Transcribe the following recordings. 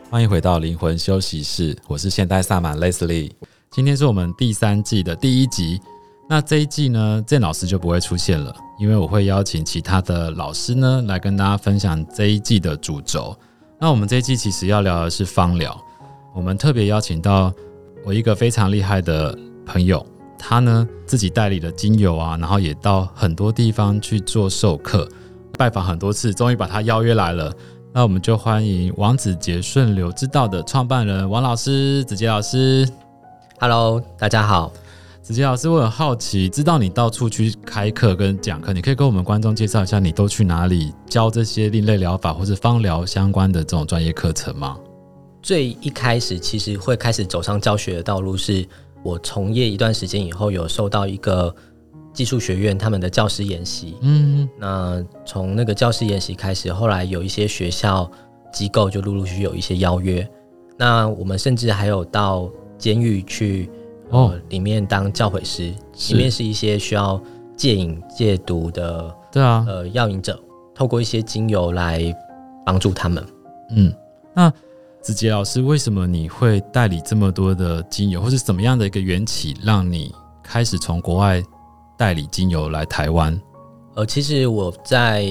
欢迎回到灵魂休息室，我是现代萨满 Leslie。今天是我们第3季的第1集。那这一季呢，郑老师就不会出现了，因为我会邀请其他的老师呢来跟大家分享这一季的主轴。那我们这一季其实要聊的是芳疗，我们特别邀请到我一个非常厉害的朋友，他呢自己代理了精油啊，然后也到很多地方去做授课，拜访很多次，终于把他邀约来了。那我们就欢迎王子杰顺流之道的创办人王老师，子杰老师。 Hello， 大家好。 子杰老师，我很好奇，知道你到处去开课跟讲课，你可以跟我们观众介绍一下你都去哪里教这些另类疗法或是芳疗相关的这种专业课程吗？ 最一开始其实会开始走上教学的道路，是我从业一段时间以后，有受到一个技术学院他们的教师研习。那从那个教师研习开始，后来有一些学校机构就陆陆续续有一些邀约，那我们甚至还有到监狱去里面当教诲师，里面是一些需要戒瘾戒毒的药瘾者，透过一些精油来帮助他们。 那子杰老师，为什么你会代理这么多的精油，或是怎么样的一个缘起让你开始从国外代理精油来台湾？ 其实我在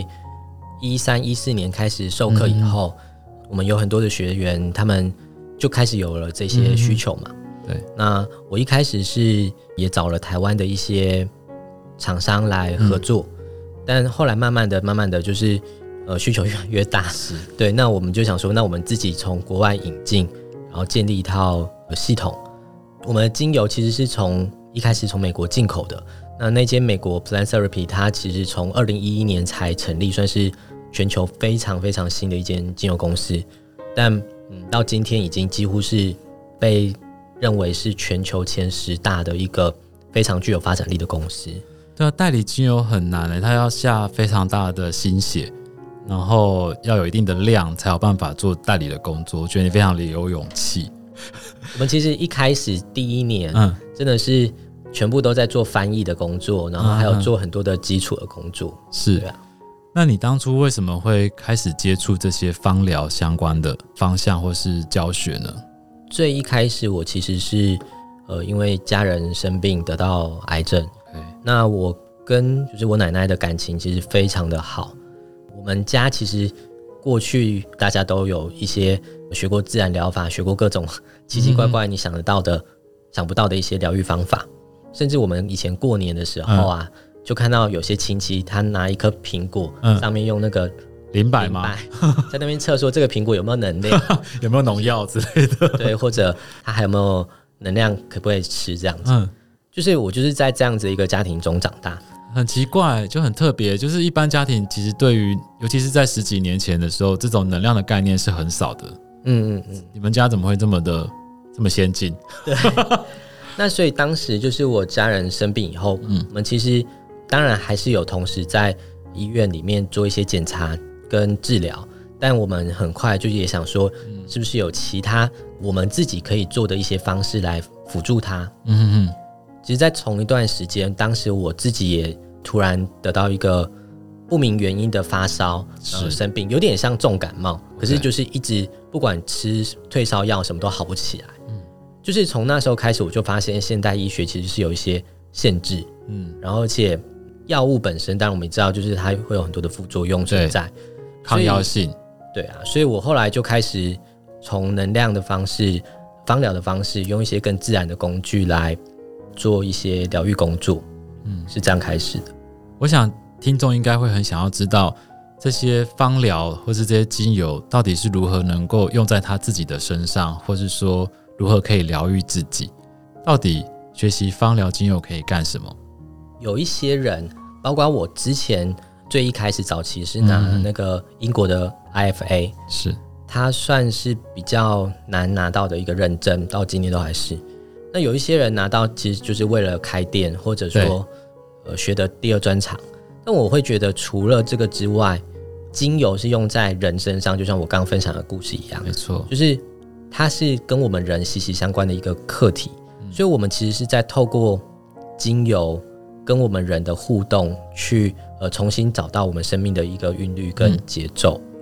13、14年开始授课以后，我们有很多的学员，他们就开始有了这些需求嘛。 对， 那我一开始是也找了台湾的一些厂商来合作，但后来慢慢的就是需求越来越大，对，那我们就想说，那我们自己从国外引进，然后建立一套系统。我们的精油其实是一开始从美国进口的，那间美国 Plant Therapy 它其实从2011年才成立，算是全球非常非常新的一间精油公司，但到今天已经几乎是被认为是全球前10大的一个非常具有发展力的公司。 对啊，代理精油很难它要下非常大的心血，然后要有一定的量才有办法做代理的工作，我觉得你非常的有勇气。 我们其实一开始第1年真的是全部都在做翻译的工作，然后还有做很多的基础的工作。 是， 对啊。 那你当初为什么会开始接触这些芳疗相关的方向或是教学呢？ 最一开始我其实是因为家人生病得到癌症，那我跟就是我奶奶的感情其实非常的好。我们家其实过去大家都有一些学过自然疗法，学过各种奇奇怪怪你想得到的想不到的一些疗愈方法，甚至我们以前过年的时候啊，就看到有些亲戚他拿一颗苹果，上面用那个灵摆吗？ 在那边测说这个苹果有没有能量有没有农药之类的， 对，或者它还有没有能量，可不可以吃这样子。就是我就是在这样子一个家庭中长大， 很奇怪，就很特别，就是一般家庭其实对于尤其是在10几年前的时候，这种能量的概念是很少的。你们家怎么会这么先进？ 对，那所以当时就是我家人生病以后，我们其实当然还是有同时在医院里面做一些检查跟治疗，但我们很快就也想说，是不是有其他我们自己可以做的一些方式来辅助他。其实在同一段时间，当时我自己也突然得到一个不明原因的发烧，生病，有点像重感冒，可是就是一直不管吃退烧药什么都好不起来。就是从那时候开始，我就发现现代医学其实是有一些限制，然后而且药物本身，当然我们也知道，就是它会有很多的副作用存在， 抗药性。 对啊，所以我后来就开始从能量的方式、芳疗的方式，用一些更自然的工具来做一些疗愈工作，是这样开始的。 我想听众应该会很想要知道，这些芳疗或是这些精油到底是如何能够用在他自己的身上，或是说如何可以疗愈自己？到底学习芳疗精油可以干什么？ 有一些人，包括我之前最一开始早期是拿那个英国的 IFA， 是它算是比较难拿到的一个认证，到今天都还是。那有一些人拿到其实就是为了开店，或者说学的第2专长。但我会觉得除了这个之外，精油是用在人身上，就像我刚刚分享的故事一样， 没错， 就是它是跟我们人息息相关的一个课题，所以我们其实是在透过精油跟我们人的互动去重新找到我们生命的一个韵律跟节奏。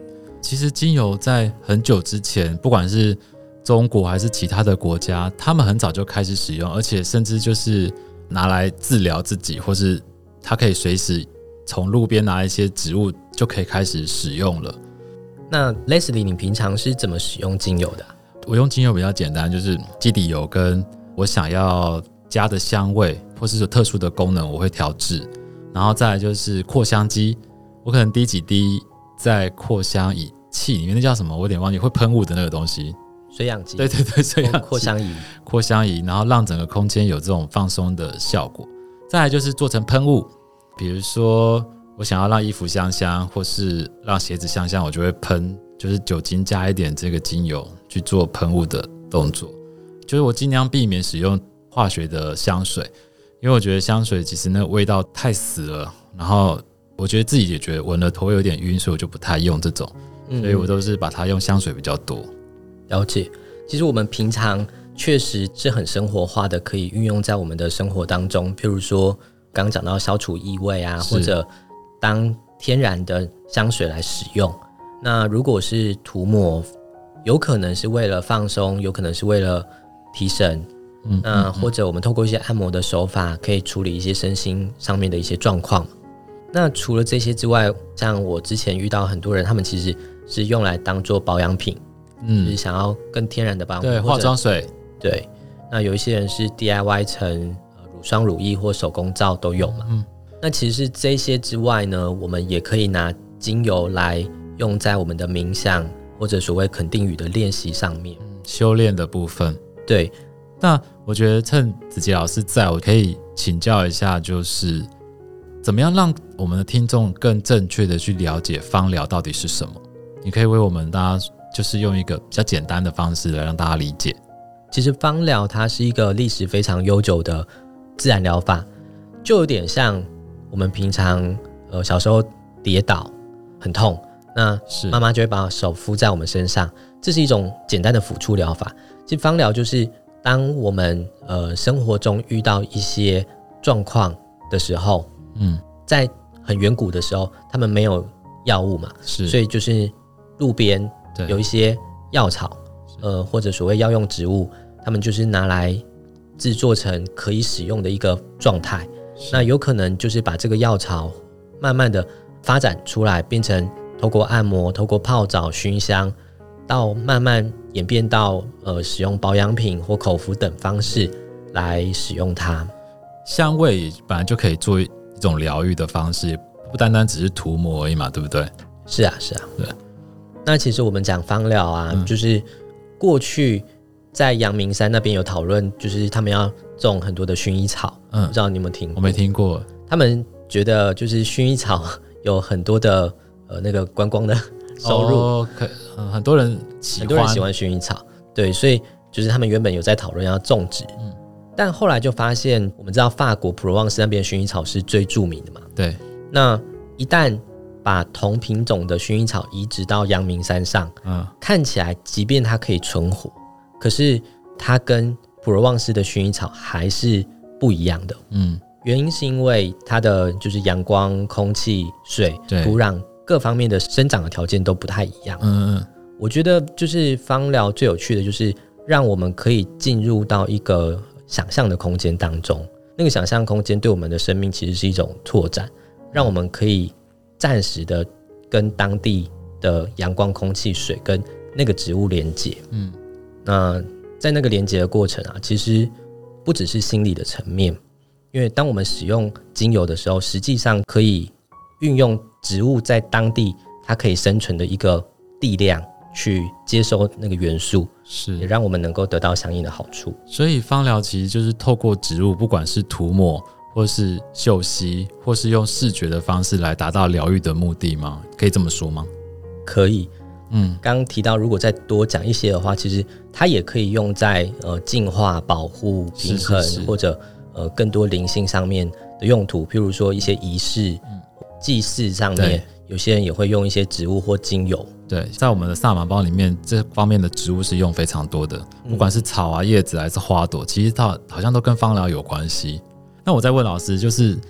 其实精油在很久之前，不管是中国还是其他的国家，他们很早就开始使用，而且甚至就是拿来治疗自己，或是它可以随时从路边拿一些植物就可以开始使用了。 那 Leslie 你平常是怎么使用精油的？ 我用精油比较简单，就是基底油跟我想要加的香味或是有特殊的功能我会调制，然后再来就是扩香机，我可能滴几滴在扩香仪器里面，那叫什么我有点忘记，会喷雾的那个东西， 水氧机。 对对对，水氧机扩香仪。 扩香仪，然后让整个空间有这种放松的效果。再来就是做成喷雾，比如说我想要让衣服香香，或是让鞋子香香，我就会喷，就是酒精加一点这个精油去做喷雾的动作。就是我尽量避免使用化学的香水，因为我觉得香水其实那个味道太死了，然后我觉得自己也觉得闻了头有点晕，所以我就不太用这种，所以我都是把它用香水比较多。 了解。其实我们平常确实是很生活化的，可以运用在我们的生活当中，譬如说刚刚讲到消除异味啊，或者当天然的香水来使用。那如果是涂抹，有可能是为了放松，有可能是为了提神，那或者我们透过一些按摩的手法可以处理一些身心上面的一些状况。那除了这些之外，像我之前遇到很多人，他们其实是用来当做保养品，就是想要更天然的保养品， 对，化妆水， 对。那有一些人是 DIY 成乳霜、乳液或手工皂都有嘛。那其实这些之外呢，我们也可以拿精油来用在我们的冥想或者所谓肯定语的练习上面， 修炼的部分。 对。 那我觉得趁子杰老师在，我可以请教一下，就是怎么样让我们的听众更正确的去了解芳疗到底是什么？你可以为我们大家就是用一个比较简单的方式来让大家理解。 其实芳疗它是一个历史非常悠久的自然疗法，就有点像我们平常小时候跌倒很痛，那妈妈就会把手敷在我们身上，这是一种简单的辅助疗法。其实芳疗就是当我们生活中遇到一些状况的时候，在很远古的时候他们没有药物嘛，所以就是路边有一些药草或者所谓药用植物，他们就是拿来制作成可以使用的一个状态。那有可能就是把这个药草慢慢的发展出来，变成透过按摩、透过泡澡、熏香，到慢慢演变到使用保养品或口服等方式来使用它。 香味本来就可以做一种疗愈的方式，不单单只是涂抹而已嘛，对不对？ 是啊，是啊。对。那其实我们讲芳疗啊，就是过去在阳明山那边有讨论，就是他们要种很多的薰衣草，不知道你有没有听过？ 我没听过。 他们觉得就是薰衣草有很多的那个观光的收入， 很多人喜欢薰衣草，对，所以就是他们原本有在讨论要种植，但后来就发现，我们知道法国普罗旺斯那边的薰衣草是最著名的嘛， 对， 那一旦把同品种的薰衣草移植到阳明山上，看起来即便它可以存活，可是它跟普罗旺斯的薰衣草还是不一样的。原因是因为它的就是阳光、空气、水、土壤各方面的生长的条件都不太一样。我觉得就是芳疗最有趣的就是让我们可以进入到一个想象的空间当中，那个想象空间对我们的生命其实是一种拓展，让我们可以暂时的跟当地的阳光、空气、水跟那个植物连接。那在那个连接的过程啊，其实不只是心理的层面，因为当我们使用精油的时候，实际上可以运用植物在当地它可以生存的一个力量去接收那个元素，也让我们能够得到相应的好处。 所以芳疗其实就是透过植物，不管是涂抹或是嗅吸或是用视觉的方式来达到疗愈的目的吗？可以这么说吗？ 可以。刚刚提到如果再多讲一些的话，其实它也可以用在净化、保护、平衡，或者更多灵性上面的用途，譬如说一些仪式、祭祀上面，有些人也会用一些植物或精油。 对，在我们的萨满包里面，这方面的植物是用非常多的，不管是草啊、叶子还是花朵，其实它好像都跟芳疗有关系。那我再问老师，就是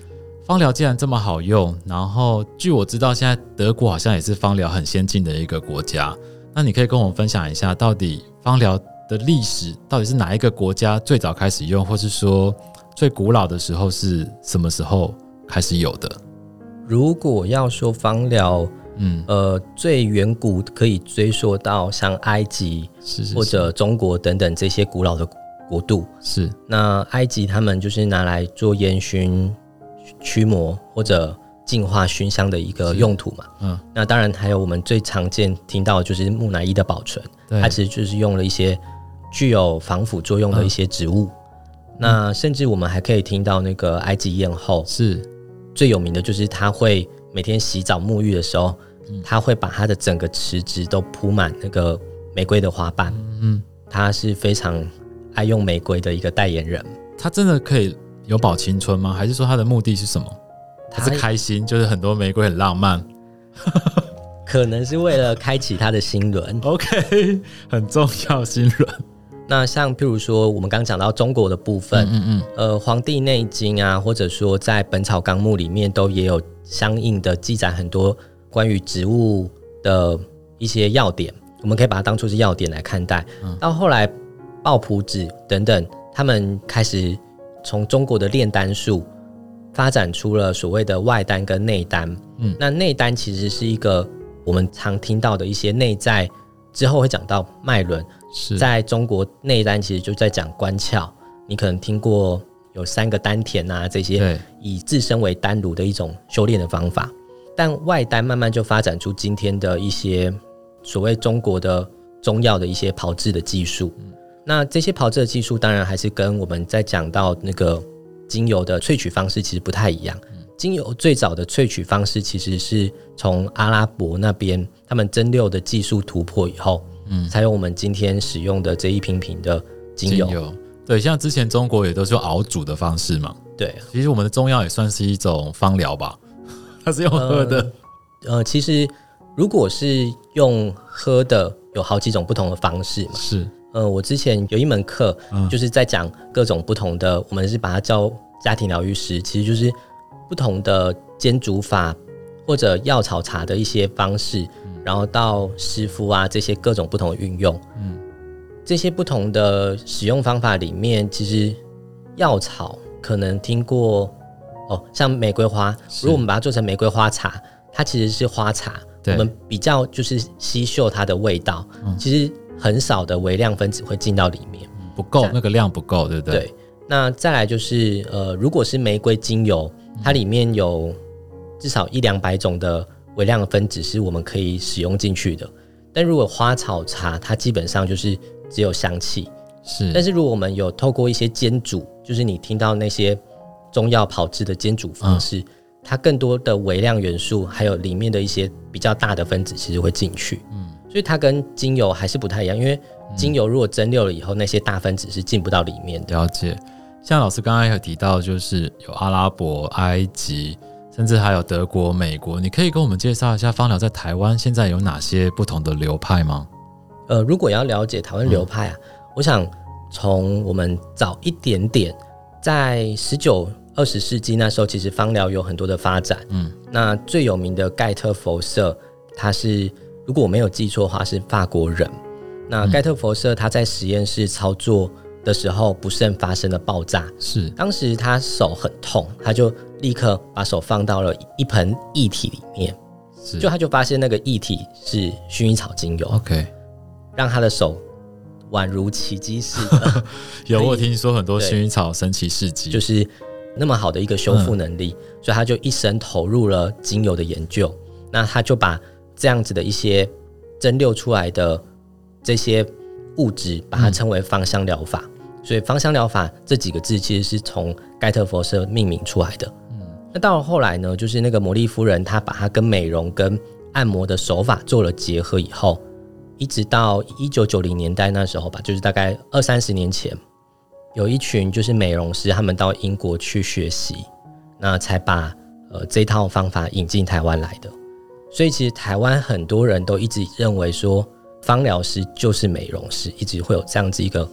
芳疗既然这么好用，然后据我知道现在德国好像也是芳疗很先进的一个国家，那你可以跟我们分享一下到底芳疗的历史到底是哪一个国家最早开始用，或是说最古老的时候是什么时候开始有的？ 如果要说芳疗最远古可以追溯到像埃及或者中国等等这些古老的国度。 是， 那埃及他们就是拿来做烟熏、驱魔或者净化熏香的一个用途嘛。那当然还有我们最常见听到的就是木乃伊的保存，它其实就是用了一些具有防腐作用的一些植物。那甚至我们还可以听到那个埃及艳后，是最有名的就是她会每天洗澡沐浴的时候，她会把她的整个池子都铺满那个玫瑰的花瓣。她是非常爱用玫瑰的一个代言人。 她真的可以有保青春吗？还是说她的目的是什么？她是开心，就是很多玫瑰很浪漫。 可能是为了开启她的心轮。 OK， 很重要，心轮。 那像譬如说我们刚讲到中国的部分，黄帝内经啊，或者说在本草纲目里面都也有相应的记载很多关于植物的一些要点，我们可以把它当作是要点来看待。到后来抱朴子等等，他们开始从中国的炼丹术发展出了所谓的外丹跟内丹。那内丹其实是一个我们常听到的一些内在，之后会讲到脉轮。在中国内丹其实就在讲关窍，你可能听过有3个丹田啊，这些以自身为丹炉的一种修炼的方法。但外丹慢慢就发展出今天的一些所谓中国的中药的一些炮制的技术。那这些炮制的技术当然还是跟我们在讲到那个精油的萃取方式其实不太一样。精油最早的萃取方式其实是从阿拉伯那边他们蒸馏的技术突破以后，才有我们今天使用的这一瓶瓶的精油。 对，像之前中国也都是用熬煮的方式嘛。 对， 其实我们的中药也算是一种芳疗吧，它是用喝的。 其实如果是用喝的，有好几种不同的方式嘛。 是， 我之前有一门课，就是在讲各种不同的，我们是把它叫家庭疗愈师，其实就是不同的煎煮法或者药草茶的一些方式，然后到湿敷啊这些各种不同的运用。这些不同的使用方法里面，其实药草可能听过像玫瑰花，如果我们把它做成玫瑰花茶，它其实是花茶，我们比较就是吸嗅它的味道，其实很少的微量分子会进到里面， 不够，那个量不够，对不对？ 对。那再来就是如果是玫瑰精油，它里面有至少100-200种的微量的分子是我们可以使用进去的。但如果花草茶，它基本上就是只有香气。是。但是如果我们有透过一些煎煮，就是你听到那些中药炮制的煎煮方式，它更多的微量元素还有里面的一些比较大的分子其实会进去。所以它跟精油还是不太一样，因为精油如果蒸馏了以后，那些大分子是进不到里面的。 了解。像老师刚刚有提到，就是有阿拉伯、埃及，甚至还有德国、美国，你可以跟我们介绍一下芳疗在台湾现在有哪些不同的流派吗？ 如果要了解台湾流派啊，我想从我们早一点点，在19、20世纪那时候，其实芳疗有很多的发展。那最有名的盖特佛瑟，他是如果我没有记错的话是法国人。那盖特佛瑟他在实验室操作的时候不慎发生了爆炸，是当时他手很痛，他就立刻把手放到了一盆液体里面，就他就发现那个液体是薰衣草精油。 OK， 让他的手宛如奇迹似的有我听说很多薰衣草神奇事迹， 就是那么好的一个修复能力，所以他就一生投入了精油的研究。那他就把这样子的一些蒸馏出来的这些物质把它称为芳香疗法。所以芳香疗法这几个字其实是从盖特佛瑟命名出来的。那到了后来呢，就是那个魔力夫人她把它跟美容跟按摩的手法做了结合以后，一直到1990年代那时候吧，就是大概20-30年前，有一群就是美容师他们到英国去学习，那才把这套方法引进台湾来的。所以其实台湾很多人都一直认为说芳疗师就是美容师，一直会有这样子一个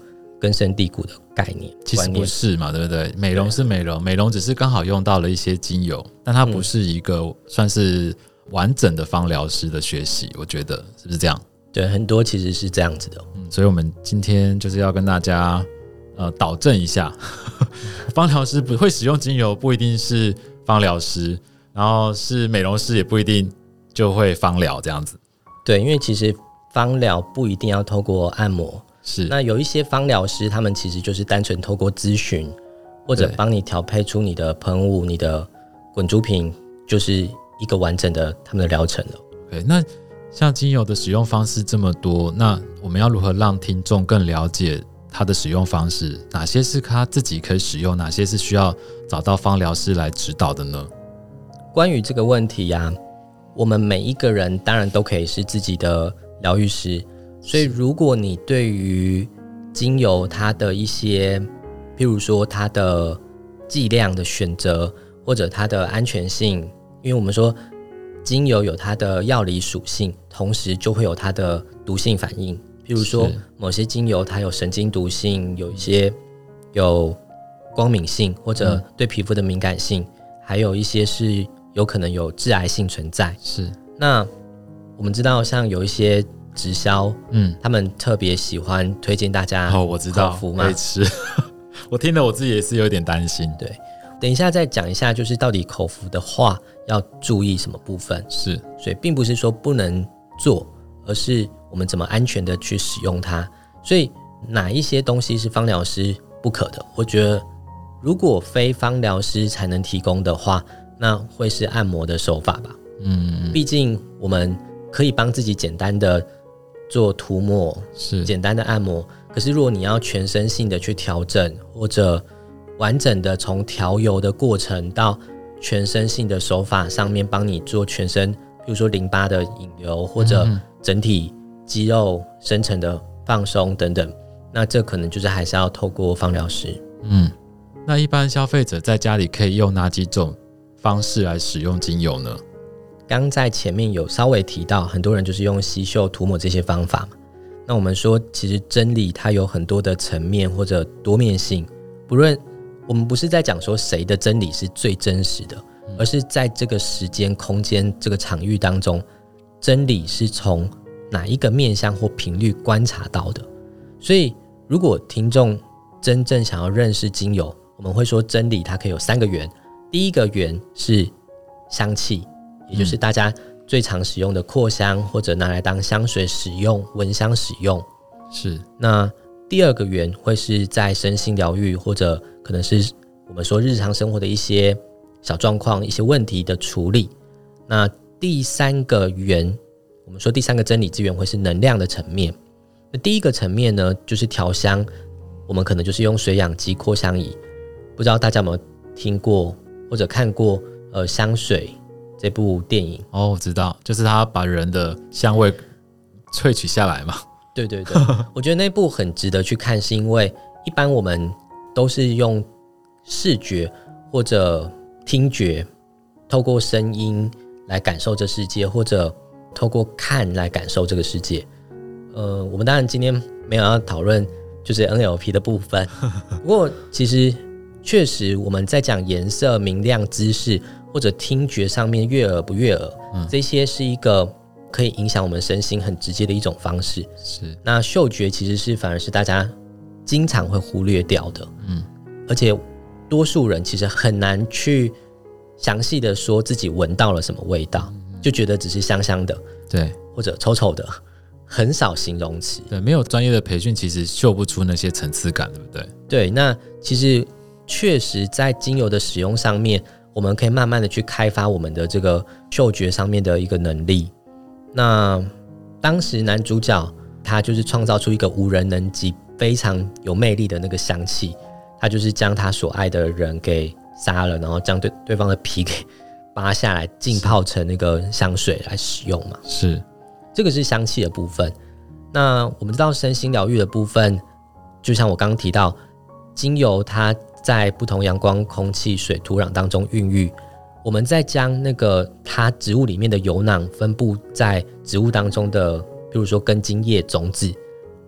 根深蒂固的概念。 其实不是嘛，对不对？美容是美容，美容只是刚好用到了一些精油，但它不是一个算是完整的芳疗师的学习，我觉得是不是这样？ 对，很多其实是这样子的。 所以我们今天就是要跟大家导正一下，芳疗师不会使用精油，不一定是芳疗师，然后是美容师也不一定就会芳疗这样子。 对，因为其实芳疗不一定要透过按摩， 是那有一些芳疗师，他们其实就是单纯透过咨询，或者帮你调配出你的喷雾、你的滚珠瓶，就是一个完整的他们的疗程了。 对，那像精油的使用方式这么多，那我们要如何让听众更了解它的使用方式？哪些是他自己可以使用，哪些是需要找到芳疗师来指导的呢？ 关于这个问题呀，我们每一个人当然都可以是自己的疗愈师，所以如果你对于精油它的一些，譬如说它的剂量的选择，或者它的安全性，因为我们说精油有它的药理属性，同时就会有它的毒性反应。譬如说某些精油它有神经毒性，有一些有光敏性，或者对皮肤的敏感性，还有一些是有可能有致癌性存在。 是， 那我们知道像有一些直销，他们特别喜欢推荐大家我知道口服嘛， 可以吃我听了我自己也是有点担心。 对，等一下再讲一下，就是到底口服的话要注意什么部分。 是， 所以并不是说不能做，而是我们怎么安全的去使用它。所以哪一些东西是芳疗师不可的？我觉得如果非芳疗师才能提供的话，那会是按摩的手法吧。毕竟我们可以帮自己简单的做涂抹， 是简单的按摩。可是如果你要全身性的去调整，或者完整的从调油的过程到全身性的手法上面帮你做全身，比如说淋巴的引流，或者整体肌肉深层的放松等等，那这可能就是还是要透过芳疗师。 那一般消费者在家里可以用哪几种方式来使用精油呢？ 刚在前面有稍微提到，很多人就是用吸嗅、涂抹这些方法嘛。那我们说，其实真理它有很多的层面或者多面性，不论我们不是在讲说谁的真理是最真实的，而是在这个时间、空间、这个场域当中，真理是从哪一个面向或频率观察到的。所以，如果听众真正想要认识精油，我们会说真理它可以有3个源。第一个源是香气，也就是大家最常使用的扩香，或者拿来当香水使用、闻香使用。 是。 那第2个源会是在身心疗愈，或者可能是我们说日常生活的一些小状况、一些问题的处理。那第3个源，我们说第3个真理之源会是能量的层面。那第一个层面呢，就是调香，我们可能就是用水氧机、扩香仪。不知道大家有没有听过或者看过香水这部电影？ 我知道，就是他把人的香味萃取下来嘛。 对对对我觉得那部很值得去看，是因为一般我们都是用视觉或者听觉，透过声音来感受这世界，或者透过看来感受这个世界。我们当然今天没有要讨论就是 NLP 的部分，不过其实确实我们在讲颜色、明亮、姿势或者听觉上面悦耳不悦耳，这些是一个可以影响我们身心很直接的一种方式。 是。 那嗅觉其实是反而是大家经常会忽略掉的，而且多数人其实很难去详细的说自己闻到了什么味道，就觉得只是香香的， 对， 或者臭臭的，很少形容词。 对，没有专业的培训，其实嗅不出那些层次感，对不对？ 对，那其实确实在精油的使用上面，我们可以慢慢的去开发我们的这个嗅觉上面的一个能力。那当时男主角他就是创造出一个无人能及、非常有魅力的那个香气，他就是将他所爱的人给杀了，然后将对方的皮给扒下来，浸泡成那个香水来使用嘛。 是， 这个是香气的部分。那我们知道身心疗愈的部分，就像我刚刚提到，精油它在不同阳光、空气、水、土壤当中孕育，我们再将那个它植物里面的油囊分布在植物当中的，比如说根茎叶种子，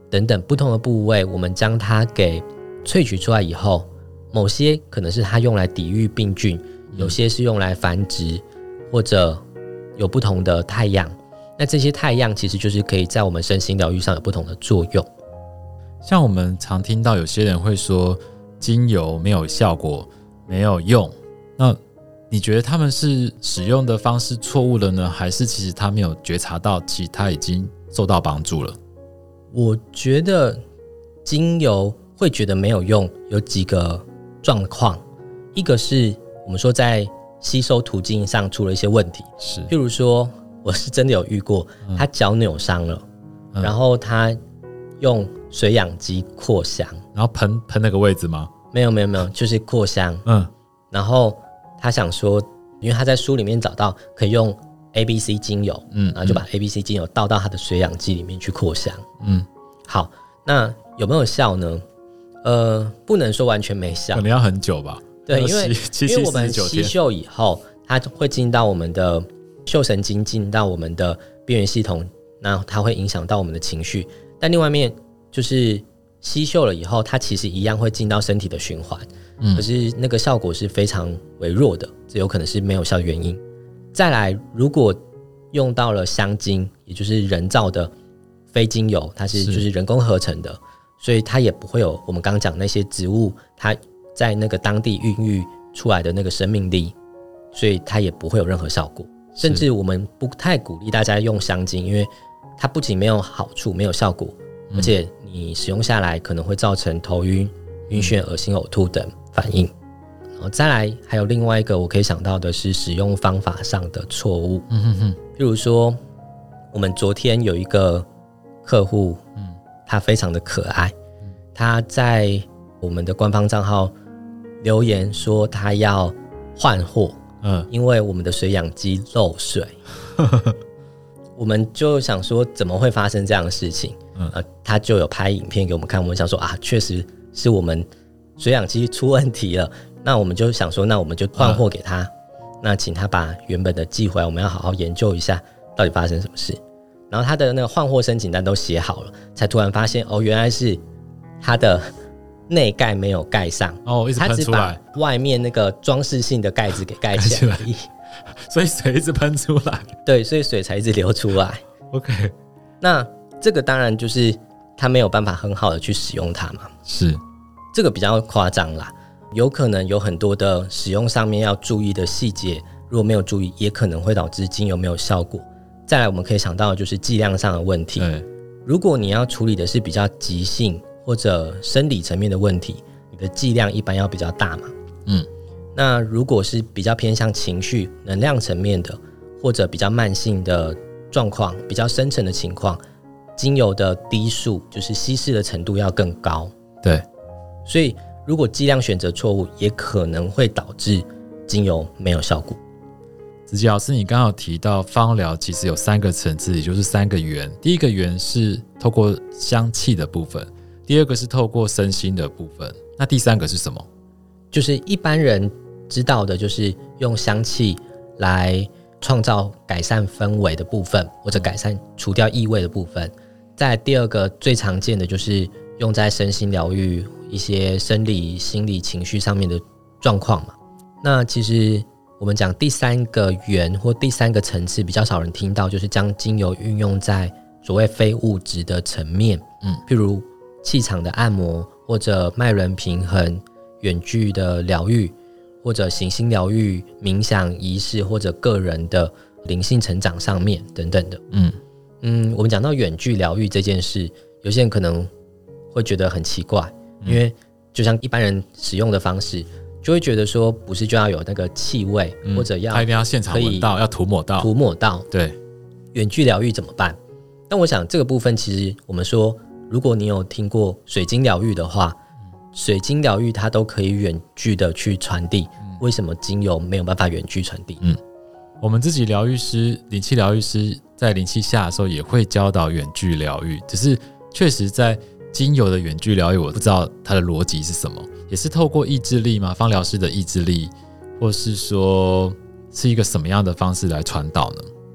等等不同的部位，我们将它给萃取出来以后，某些可能是它用来抵御病菌，有些是用来繁殖，或者有不同的态样。那这些态样其实就是可以在我们身心疗愈上有不同的作用。 像我们常听到有些人会说精油没有效果，没有用，那你觉得他们是使用的方式错误了呢，还是其实他没有觉察到其实他已经受到帮助了？ 我觉得精油会觉得没有用有几个状况，一个是我们说在吸收途径上出了一些问题， 是， 譬如说我是真的有遇过，他脚扭伤了，然后他用水氧机扩香， 然后喷那个位置吗？ 没有，就是扩香。然后他想说，因为他在书里面找到可以用 ABC 精油，然后就把 ABC 精油倒到他的水氧机里面去扩香。好，那有没有效呢？不能说完全没效， 可能要很久吧。 对，因为我们吸嗅以后，它会进到我们的嗅神经，进到我们的边缘系统，那它会影响到我们的情绪。但另外一面就是吸嗅了以后，它其实一样会进到身体的循环，可是那个效果是非常微弱的，这有可能是没有效的原因。再来，如果用到了香精，也就是人造的非精油，它是就是人工合成的，所以它也不会有我们刚刚讲那些植物它在那个当地孕育出来的那个生命力，所以它也不会有任何效果。甚至我们不太鼓励大家用香精，因为它不仅没有好处没有效果，而且你使用下来可能会造成头晕、晕眩、恶心、呕吐等反应。然后再来还有另外一个我可以想到的是使用方法上的错误。譬如说我们昨天有一个客户，他非常的可爱，他在我们的官方账号留言说他要换货，因为我们的水氧机漏水。我们就想说怎么会发生这样的事情，他就有拍影片给我们看，我们想说确实是我们水氧机出问题了，那我们就想说那我们就换货给他，那请他把原本的寄回来，我们要好好研究一下到底发生什么事。然后他的那个换货申请单都写好了，才突然发现原来是他的内盖没有盖上， 一直喷出来， 他只把外面那个装饰性的盖子给盖起来而已， 所以水一直喷出来。 对，所以水才一直流出来。 OK， 那这个当然就是他没有办法很好的去使用它嘛， 是这个比较夸张啦，有可能有很多的使用上面要注意的细节，如果没有注意，也可能会导致精油没有效果。再来我们可以想到的就是剂量上的问题，如果你要处理的是比较急性或者生理层面的问题，你的剂量一般要比较大嘛。那如果是比较偏向情绪能量层面的，或者比较慢性的状况，比较深层的情况，精油的滴数就是稀释的程度要更高。 对， 所以如果剂量选择错误，也可能会导致精油没有效果。 子琪老师，你刚刚有提到芳疗其实有3个层次，也就是3个源。第一个源是透过香气的部分，第二个是透过身心的部分，那第3个是什么？就是一般人知道的，就是用香气来创造改善氛围的部分，或者改善除掉异味的部分。再来第2个最常见的就是用在身心疗愈一些生理、心理、情绪上面的状况嘛。那其实我们讲第3个源或第3个层次比较少人听到，就是将精油运用在所谓非物质的层面，譬如气场的按摩，或者脉轮平衡、远距的疗愈，或者行星疗愈、冥想仪式，或者个人的灵性成长上面等等的。我们讲到远距疗愈这件事，有些人可能会觉得很奇怪，因为就像一般人使用的方式，就会觉得说不是就要有那个气味，或者他一定要现场闻到，要涂抹到。对， 远距疗愈怎么办？但我想这个部分其实我们说，如果你有听过水晶疗愈的话，水晶疗愈它都可以远距的去传递，为什么精油没有办法远距传递？ 我们自己疗愈师、灵气疗愈师在灵气下的时候也会教导远距疗愈，只是确实在精油的远距疗愈，我不知道它的逻辑是什么，也是透过意志力吗？芳疗师的意志力，或是说是一个什么样的方式来传导呢？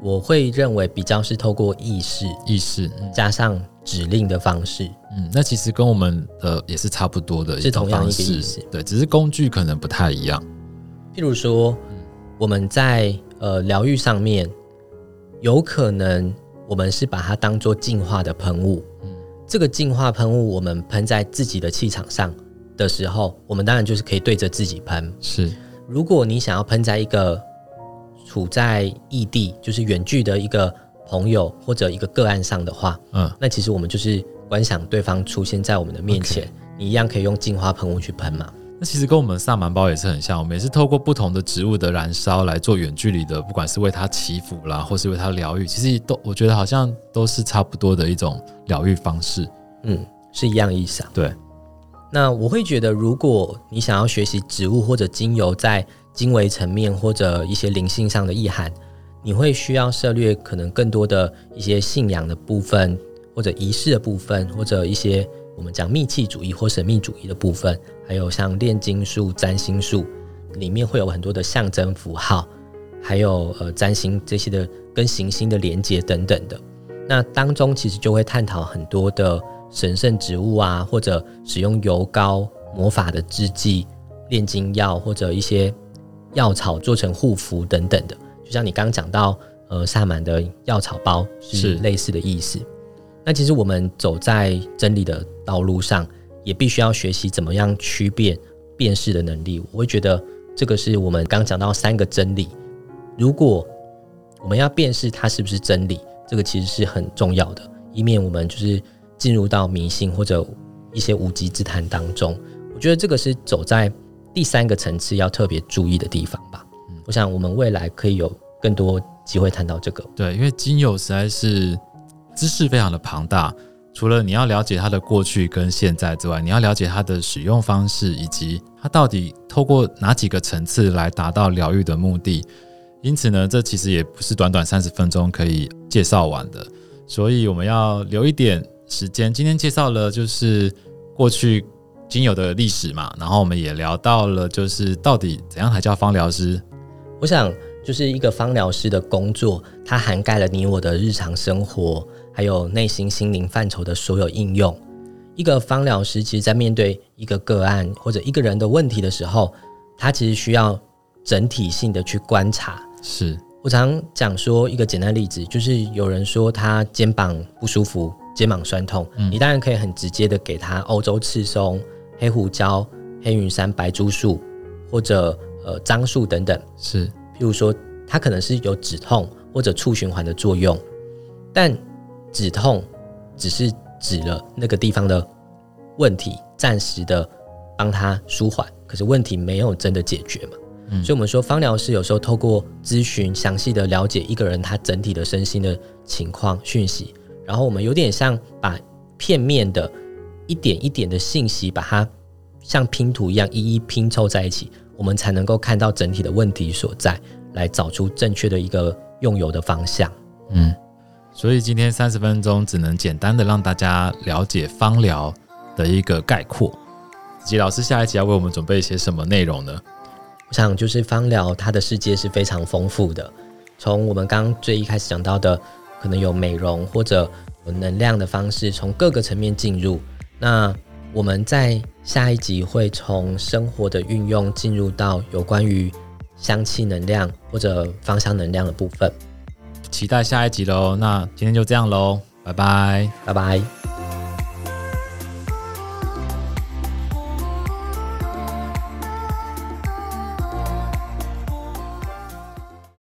我会认为比较是透过意识加上指令的方式。 那其实跟我们的也是差不多的一种方式， 是同样一个意思。 对，只是工具可能不太一样。 譬如说，我们在疗愈上面，有可能我们是把它当作净化的喷雾。这个净化喷雾，我们喷在自己的气场上的时候，我们当然就是可以对着自己喷。 是， 如果你想要喷在一个处在异地，就是远距的一个朋友或者一个个案上的话，那其实我们就是观想对方出现在我们的面前，你一样可以用净化喷雾去喷嘛。 那其实跟我们萨满包也是很像，我们也是透过不同的植物的燃烧来做远距离的，不管是为它祈福啦，或是为它疗愈，其实都我觉得好像都是差不多的一种疗愈方式。 是一样意思啊。 对。 那我会觉得，如果你想要学习植物或者精油在精微层面或者一些灵性上的意涵，你会需要涉猎可能更多的一些信仰的部分，或者仪式的部分，或者一些我们讲密契主义或神秘主义的部分，还有像炼金术、占星术里面会有很多的象征符号，还有占星这些的跟行星的连接等等的。那当中其实就会探讨很多的神圣植物啊，或者使用油膏、魔法的制剂、炼金药，或者一些药草做成护符等等的。就像你刚刚讲到萨满的药草包是类似的意思。那其实我们走在真理的道路上，也必须要学习怎么样区辨辨识的能力。我会觉得这个是我们刚刚讲到3个真理，如果我们要辨识它是不是真理，这个其实是很重要的，以免我们就是进入到迷信或者一些无稽之谈当中。我觉得这个是走在第3个层次要特别注意的地方吧。我想我们未来可以有更多机会谈到这个。 对，因为精油实在是知识非常的庞大，除了你要了解它的过去跟现在之外，你要了解它的使用方式，以及它到底透过哪几个层次来达到疗愈的目的。因此呢，这其实也不是短短30分钟可以介绍完的，所以我们要留一点时间。今天介绍了就是过去精油的历史嘛，然后我们也聊到了就是到底怎样才叫芳疗师。 我想就是一个芳疗师的工作，它涵盖了你我的日常生活，还有内心心灵范畴的所有应用。一个芳疗师其实在面对一个个案或者一个人的问题的时候，他其实需要整体性的去观察。 是， 我常讲说一个简单例子，就是有人说他肩膀不舒服，肩膀酸痛，你当然可以很直接的给他欧洲赤松、黑胡椒、黑云杉白珠树或者樟树等等。 是， 譬如说它可能是有止痛或者促循环的作用，但止痛只是止了那个地方的问题，暂时的帮他舒缓，可是问题没有真的解决嘛。所以我们说芳疗师有时候透过咨询详细的了解一个人他整体的身心的情况讯息，然后我们有点像把片面的一点一点的信息把它像拼图一样一一拼凑在一起，我们才能够看到整体的问题所在，来找出正确的一个用油的方向。 所以今天30分钟只能简单的让大家了解芳疗的一个概括。子琪老师下一集要为我们准备一些什么内容呢？ 我想就是芳疗它的世界是非常丰富的，从我们刚刚最一开始讲到的可能有美容或者有能量的方式，从各个层面进入。那我们在下一集会从生活的运用进入到有关于香气能量或者芳香能量的部分。 期待下一集咯。那今天就这样咯，拜拜， 拜拜。